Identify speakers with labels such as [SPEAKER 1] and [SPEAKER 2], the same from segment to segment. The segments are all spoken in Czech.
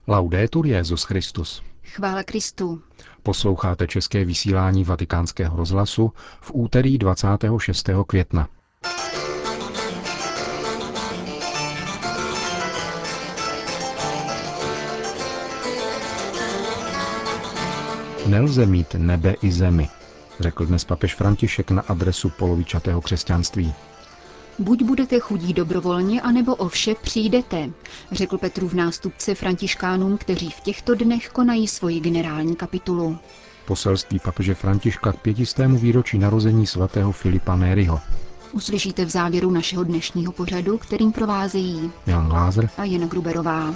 [SPEAKER 1] Laudetur Jesus Christus.
[SPEAKER 2] Chvála Kristu.
[SPEAKER 1] Posloucháte české vysílání Vatikánského rozhlasu v úterý 26. května. Nelze mít nebe i zemi, řekl dnes papež František na adresu polovičatého křesťanství.
[SPEAKER 2] Buď budete chudí dobrovolně, anebo o vše přijdete, řekl Petrův nástupce františkánům, kteří v těchto dnech konají svoji generální kapitulu.
[SPEAKER 1] Poselství papeže Františka k 500. výročí narození svatého Filipa Nériho.
[SPEAKER 2] Uslyšíte v závěru našeho dnešního pořadu, kterým provázejí
[SPEAKER 1] Jan Lázr
[SPEAKER 2] a Jana Gruberová.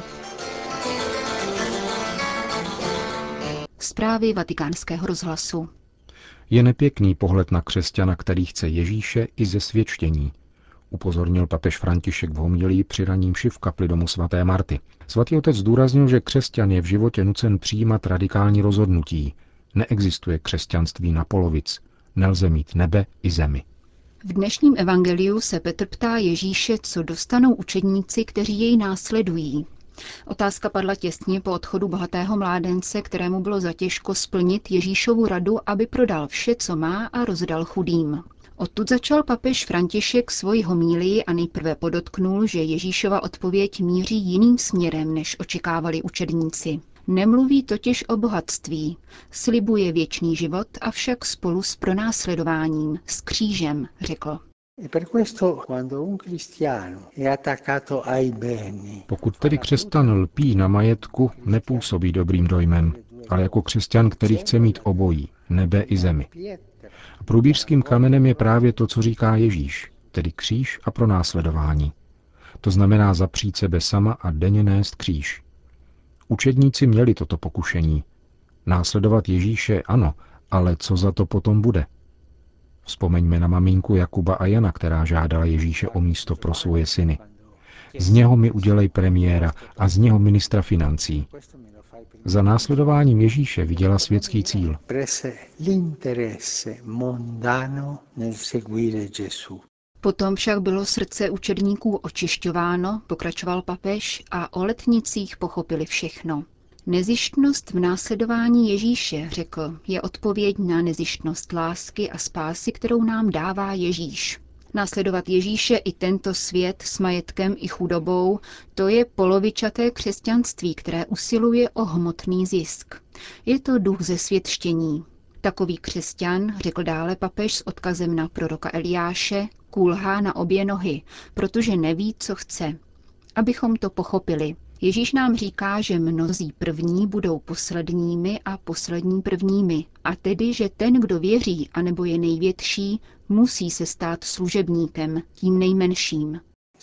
[SPEAKER 2] Zprávy Vatikánského rozhlasu.
[SPEAKER 1] Je nepěkný pohled na křesťana, který chce Ježíše i ze svědčení, upozornil papež František v homilii při raní mši v kapli domu svaté Marty. Svatý otec zdůraznil, že křesťan je v životě nucen přijímat radikální rozhodnutí. Neexistuje křesťanství na polovic. Nelze mít nebe i zemi.
[SPEAKER 2] V dnešním evangeliu se Petr ptá Ježíše, co dostanou učedníci, kteří jej následují. Otázka padla těsně po odchodu bohatého mládence, kterému bylo zatěžko splnit Ježíšovu radu, aby prodal vše, co má, a rozdal chudým. Odtud začal papež František svoji homílii a nejprve podotknul, že Ježíšova odpověď míří jiným směrem, než očekávali učedníci. Nemluví totiž o bohatství, slibuje věčný život, avšak spolu s pronásledováním, s křížem, řekl.
[SPEAKER 1] Pokud tedy křesťan lpí na majetku, nepůsobí dobrým dojmem, ale jako křesťan, který chce mít obojí, nebe i zemi. A průbířským kamenem je právě to, co říká Ježíš, tedy kříž a pronásledování. To znamená zapřít sebe sama a denně nést kříž. Učedníci měli toto pokušení. Následovat Ježíše ano, ale co za to potom bude? Vzpomeňme na maminku Jakuba a Jana, která žádala Ježíše o místo pro svoje syny. Z něho mi udělej premiéra a z něho ministra financí. Za následováním Ježíše viděla světský cíl.
[SPEAKER 2] Potom však bylo srdce učedníků očišťováno, pokračoval papež, a o letnicích pochopili všechno. Nezištnost v následování Ježíše, řekl, je odpověď na nezištnost lásky a spásy, kterou nám dává Ježíš. Následovat Ježíše i tento svět s majetkem i chudobou, to je polovičaté křesťanství, které usiluje o hmotný zisk. Je to duch zesvětštění. Takový křesťan, řekl dále papež s odkazem na proroka Eliáše, kulhá na obě nohy, protože neví, co chce. Abychom to pochopili, Ježíš nám říká, že mnozí první budou posledními a poslední prvními, a tedy, že ten, kdo věří anebo je největší, musí se stát služebníkem, tím nejmenším.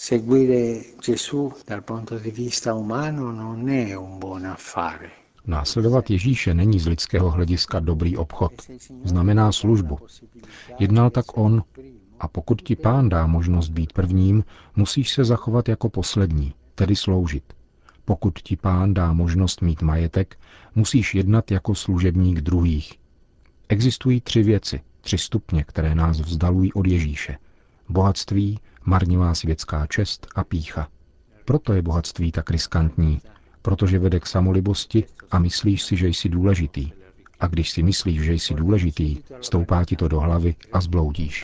[SPEAKER 1] Následovat Ježíše není z lidského hlediska dobrý obchod. Znamená službu. Jednal tak on, a pokud ti Pán dá možnost být prvním, musíš se zachovat jako poslední, tedy sloužit. Pokud ti Pán dá možnost mít majetek, musíš jednat jako služebník druhých. Existují 3 věci, 3 stupně, které nás vzdalují od Ježíše. Bohatství, marnivá světská čest a pýcha. Proto je bohatství tak riskantní, protože vede k samolibosti a myslíš si, že jsi důležitý. A když si myslíš, že jsi důležitý, stoupá ti to do hlavy a zbloudíš.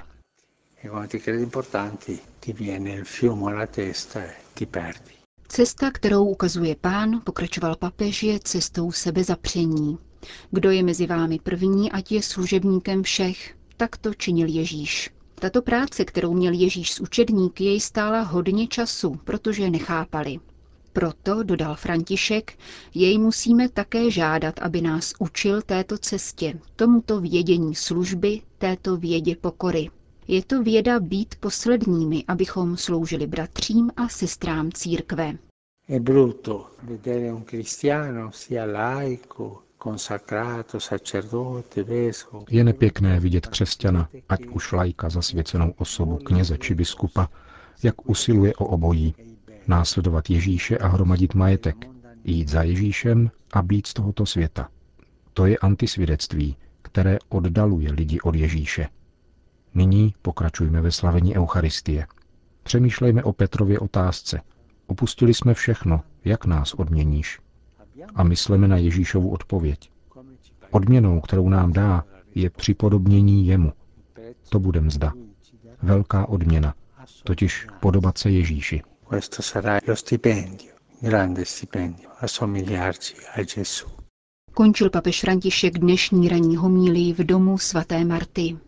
[SPEAKER 2] Cesta, kterou ukazuje Pán, pokračoval papež, je cestou sebezapření. Kdo je mezi vámi první, ať je služebníkem všech, tak to činil Ježíš. Tato práce, kterou měl Ježíš s učedníky, jej stála hodně času, protože nechápali. Proto, dodal František, jej musíme také žádat, aby nás učil této cestě, tomuto vědění služby, této vědě pokory. Je to věda být posledními, abychom sloužili bratřím a sestrám církve.
[SPEAKER 1] Je nepěkné vidět křesťana, ať už laika, zasvěcenou osobu, kněze či biskupa, jak usiluje o obojí. Následovat Ježíše a hromadit majetek, jít za Ježíšem a být z tohoto světa. To je antisvědectví, které oddaluje lidi od Ježíše. Nyní pokračujme ve slavení Eucharistie. Přemýšlejme o Petrově otázce. Opustili jsme všechno, jak nás odměníš? a mysleme na Ježíšovu odpověď. Odměnou, kterou nám dá, je připodobnění jemu. To bude mzda. Velká odměna, totiž podobat se Ježíši.
[SPEAKER 2] Končil papež František dnešní ranní homílii v domu svaté Marty.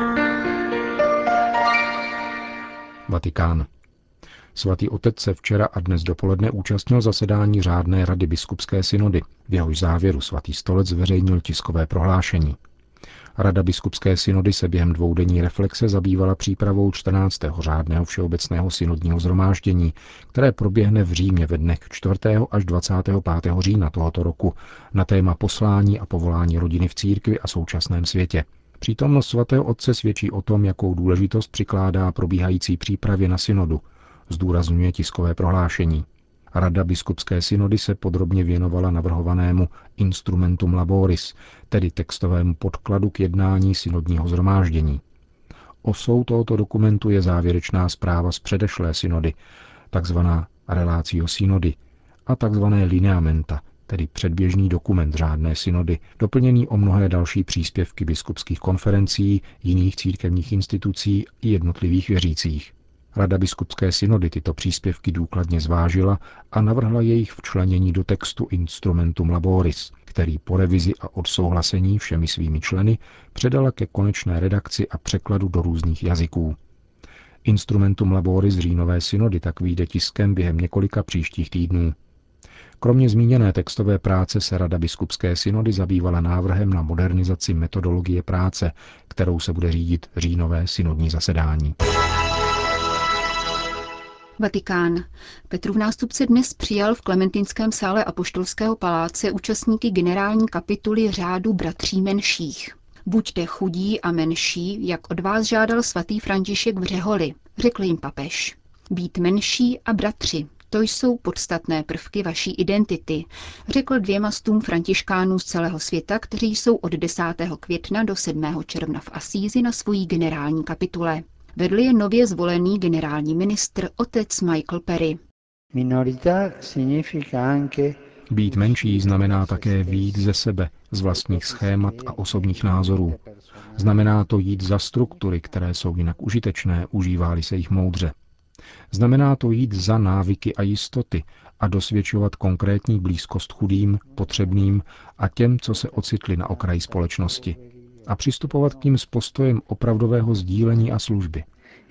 [SPEAKER 1] Vatikán. Svatý otec se včera a dnes dopoledne účastnil zasedání řádné rady biskupské synody. V jehož závěru svatý stolec zveřejnil tiskové prohlášení. Rada biskupské synody se během dvoudenní reflexe zabývala přípravou 14. řádného všeobecného synodního shromáždění, které proběhne v Římě ve dnech 4. až 25. října tohoto roku na téma poslání a povolání rodiny v církvi a současném světě. Přítomnost svatého otce svědčí o tom, jakou důležitost přikládá probíhající přípravě na synodu, zdůrazňuje tiskové prohlášení. Rada biskupské synody se podrobně věnovala navrhovanému Instrumentum Laboris, tedy textovému podkladu k jednání synodního shromáždění. Osou tohoto dokumentu je závěrečná zpráva z předešlé synody, takzvaná Relatio synody, a takzvané lineamenta, tedy předběžný dokument řádné synody, doplněný o mnohé další příspěvky biskupských konferencí, jiných církevních institucí i jednotlivých věřících. Rada biskupské synody tyto příspěvky důkladně zvážila a navrhla jejich včlenění do textu Instrumentum Laboris, který po revizi a odsouhlasení všemi svými členy předala ke konečné redakci a překladu do různých jazyků. Instrumentum Laboris říjnové synody tak vyjde tiskem během několika příštích týdnů. Kromě zmíněné textové práce se Rada biskupské synody zabývala návrhem na modernizaci metodologie práce, kterou se bude řídit říjnové synodní zasedání.
[SPEAKER 2] Vatikán. Petrův nástupce dnes přijal v Klementinském sále Apoštolského paláce účastníky generální kapituly řádu bratří menších. Buďte chudí a menší, jak od vás žádal svatý František v řeholi, řekl jim papež. Být menší a bratři, to jsou podstatné prvky vaší identity, řekl 200 františkánů z celého světa, kteří jsou od 10. května do 7. června v Asízi na svojí generální kapitule. Vedl je nově zvolený generální ministr otec Michael Perry.
[SPEAKER 1] Být menší znamená také vyjít ze sebe, z vlastních schémat a osobních názorů. Znamená to jít za struktury, které jsou jinak užitečné, užívá-li se jich moudře. Znamená to jít za návyky a jistoty a dosvědčovat konkrétní blízkost chudým, potřebným a těm, co se ocitli na okraji společnosti. A přistupovat k nim s postojem opravdového sdílení a služby.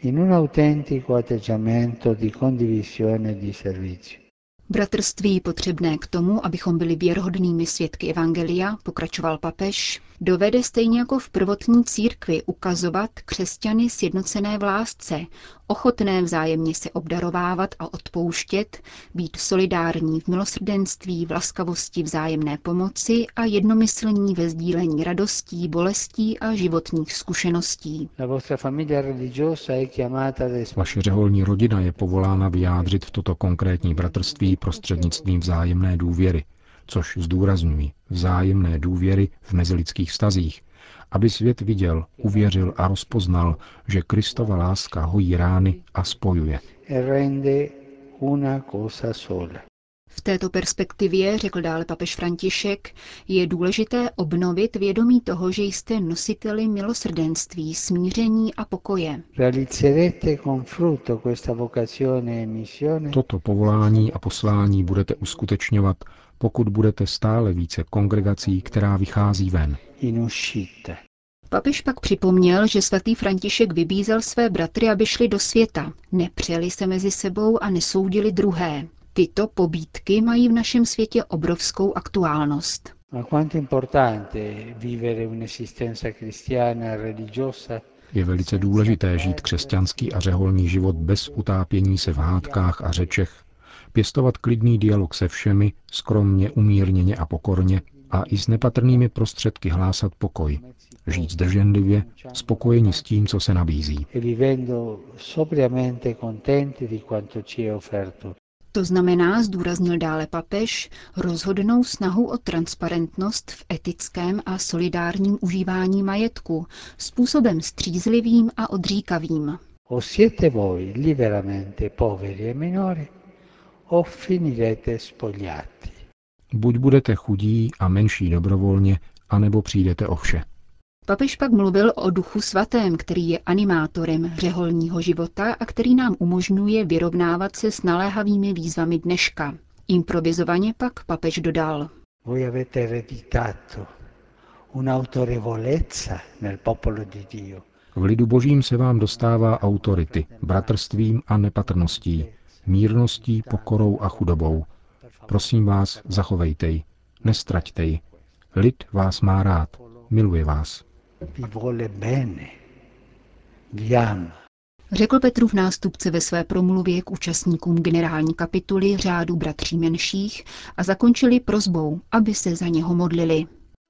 [SPEAKER 2] Bratrství potřebné k tomu, abychom byli věrohodnými svědky evangelia, pokračoval papež, dovede stejně jako v prvotní církvi ukazovat křesťany sjednocené v lásce, ochotné vzájemně se obdarovávat a odpouštět, být solidární v milosrdenství, v laskavosti vzájemné pomoci a jednomyslní ve sdílení radostí, bolestí a životních zkušeností.
[SPEAKER 1] Vaše řeholní rodina je povolána vyjádřit toto konkrétní bratrství prostřednictvím vzájemné důvěry, což zdůrazňují vzájemné důvěry v mezilidských vztazích, aby svět viděl, uvěřil a rozpoznal, že Kristova láska hojí rány a spojuje.
[SPEAKER 2] V této perspektivě, řekl dále papež František, je důležité obnovit vědomí toho, že jste nositeli milosrdenství, smíření a pokoje.
[SPEAKER 1] Toto povolání a poslání budete uskutečňovat, pokud budete stále více kongregací, která vychází ven.
[SPEAKER 2] Papež pak připomněl, že svatý František vybízel své bratry, aby šli do světa, nepřeli se mezi sebou a nesoudili druhé. Tyto pobídky mají v našem světě obrovskou aktuálnost.
[SPEAKER 1] Je velice důležité žít křesťanský a řeholní život bez utápění se v hádkách a řečech, pěstovat klidný dialog se všemi, skromně, umírněně a pokorně a i s nepatrnými prostředky hlásat pokoj, žít zdrženlivě, spokojeni s tím, co se nabízí.
[SPEAKER 2] To znamená, zdůraznil dále papež, rozhodnou snahu o transparentnost v etickém a solidárním užívání majetku, způsobem střízlivým a odříkavým.
[SPEAKER 3] O siete voi liberamente poveri e minori, o finirete spogliati.
[SPEAKER 1] Buď budete chudí a menší dobrovolně, anebo přijdete o vše.
[SPEAKER 2] Papež pak mluvil o Duchu svatém, který je animátorem řeholního života a který nám umožňuje vyrovnávat se s naléhavými výzvami dneška. Improvizovaně pak papež dodal.
[SPEAKER 3] Voi avete ereditato un'autorevolezza nel popolo di Dio.
[SPEAKER 1] V lidu božím se vám dostává autority, bratrstvím a nepatrností, mírností, pokorou a chudobou. Prosím vás, zachovejte ji, nestraťte ji. Lid vás má rád, miluje vás.
[SPEAKER 3] Vi vuole bene, vi ama.
[SPEAKER 2] Řekl Petrův nástupce ve své promluvě k účastníkům generální kapituly řádu bratří menších a zakončili prosbou, aby se za něho modlili.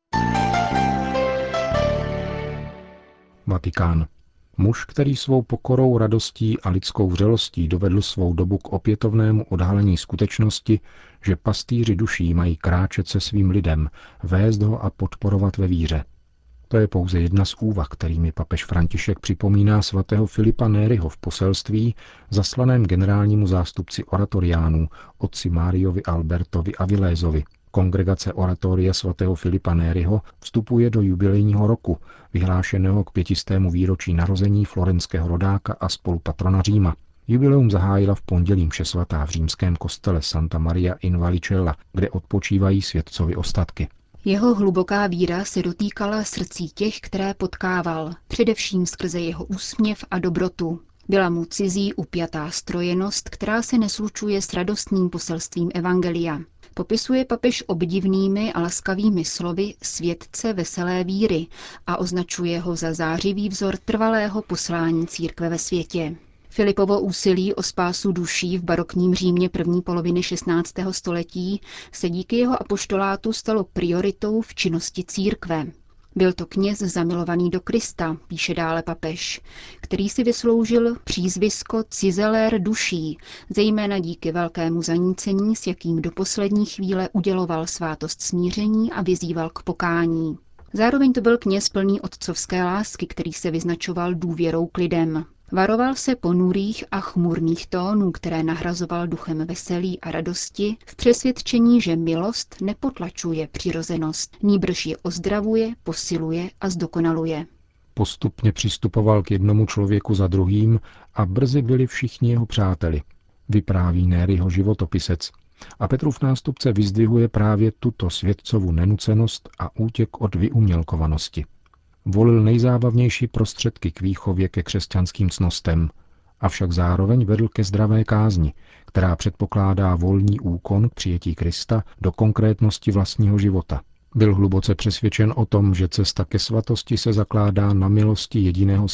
[SPEAKER 1] Vatikán. Muž, který svou pokorou, radostí a lidskou vřelostí dovedl svou dobu k opětovnému odhalení skutečnosti, že pastýři duší mají kráčet se svým lidem, vést ho a podporovat ve víře. To je pouze jedna z úvah, kterými papež František připomíná svatého Filipa Nériho v poselství zaslaném generálnímu zástupci oratoriánů otci Máriovi Albertovi Avilézovi. Kongregace oratoria svatého Filipa Nériho vstupuje do jubilejního roku, vyhlášeného k 500. výročí narození florenského rodáka a spolupatrona Říma. Jubileum zahájila v pondělí mše svatá v římském kostele Santa Maria in Vallicella, kde odpočívají světcovi ostatky.
[SPEAKER 2] Jeho hluboká víra se dotýkala srdcí těch, které potkával, především skrze jeho úsměv a dobrotu. Byla mu cizí upjatá strojenost, která se neslučuje s radostným poselstvím evangelia. Popisuje papež obdivnými a laskavými slovy světce veselé víry a označuje ho za zářivý vzor trvalého poslání církve ve světě. Filipovo úsilí o spásu duší v barokním Římě první poloviny 16. století se díky jeho apoštolátu stalo prioritou v činnosti církve. Byl to kněz zamilovaný do Krista, píše dále papež, který si vysloužil přízvisko cizelér duší, zejména díky velkému zanícení, s jakým do poslední chvíle uděloval svátost smíření a vyzýval k pokání. Zároveň to byl kněz plný otcovské lásky, který se vyznačoval důvěrou k lidem. Varoval se ponurých a chmurných tónů, které nahrazoval duchem veselí a radosti, v přesvědčení, že milost nepotlačuje přirozenost, nýbrž ji ozdravuje, posiluje a zdokonaluje.
[SPEAKER 1] Postupně přistupoval k jednomu člověku za druhým a brzy byli všichni jeho přáteli, vypráví Nériho životopisec. A Petrův nástupce vyzdvihuje právě tuto světcovu nenucenost a útěk od vyumělkovanosti. Volil nejzábavnější prostředky k výchově ke křesťanským cnostem, avšak zároveň vedl ke zdravé kázni, která předpokládá volný úkon k přijetí Krista do konkrétnosti vlastního života. Byl hluboce přesvědčen o tom, že cesta ke svatosti se zakládá na milosti jediného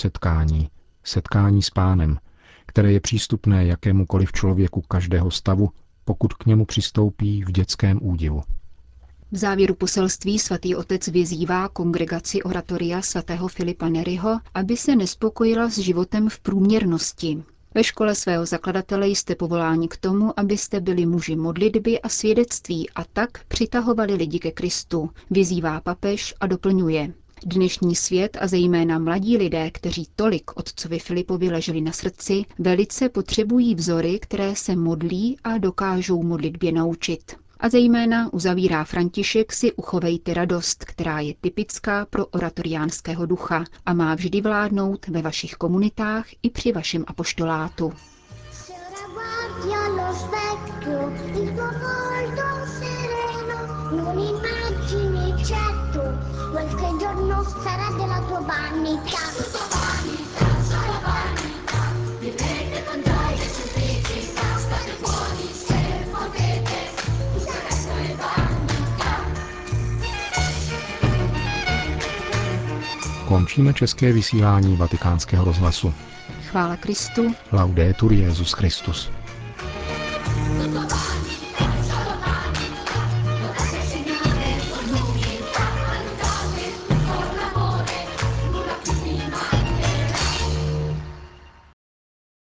[SPEAKER 1] setkání s Pánem, které je přístupné jakémukoliv člověku každého stavu, pokud k němu přistoupí v dětském údivu.
[SPEAKER 2] V závěru poselství svatý otec vyzývá kongregaci oratoria svatého Filipa Nériho, aby se nespokojila s životem v průměrnosti. Ve škole svého zakladatele jste povoláni k tomu, abyste byli muži modlitby a svědectví a tak přitahovali lidi ke Kristu, vyzývá papež a doplňuje. Dnešní svět a zejména mladí lidé, kteří tolik otcovi Filipovi leželi na srdci, velice potřebují vzory, které se modlí a dokážou modlitbě naučit. A zejména, uzavírá František, si uchovejte radost, která je typická pro oratoriánského ducha a má vždy vládnout ve vašich komunitách i při vašem apoštolátu.
[SPEAKER 1] Končíme české vysílání Vatikánského rozhlasu.
[SPEAKER 2] Chvála Kristu.
[SPEAKER 1] Laudetur Jesus Christus.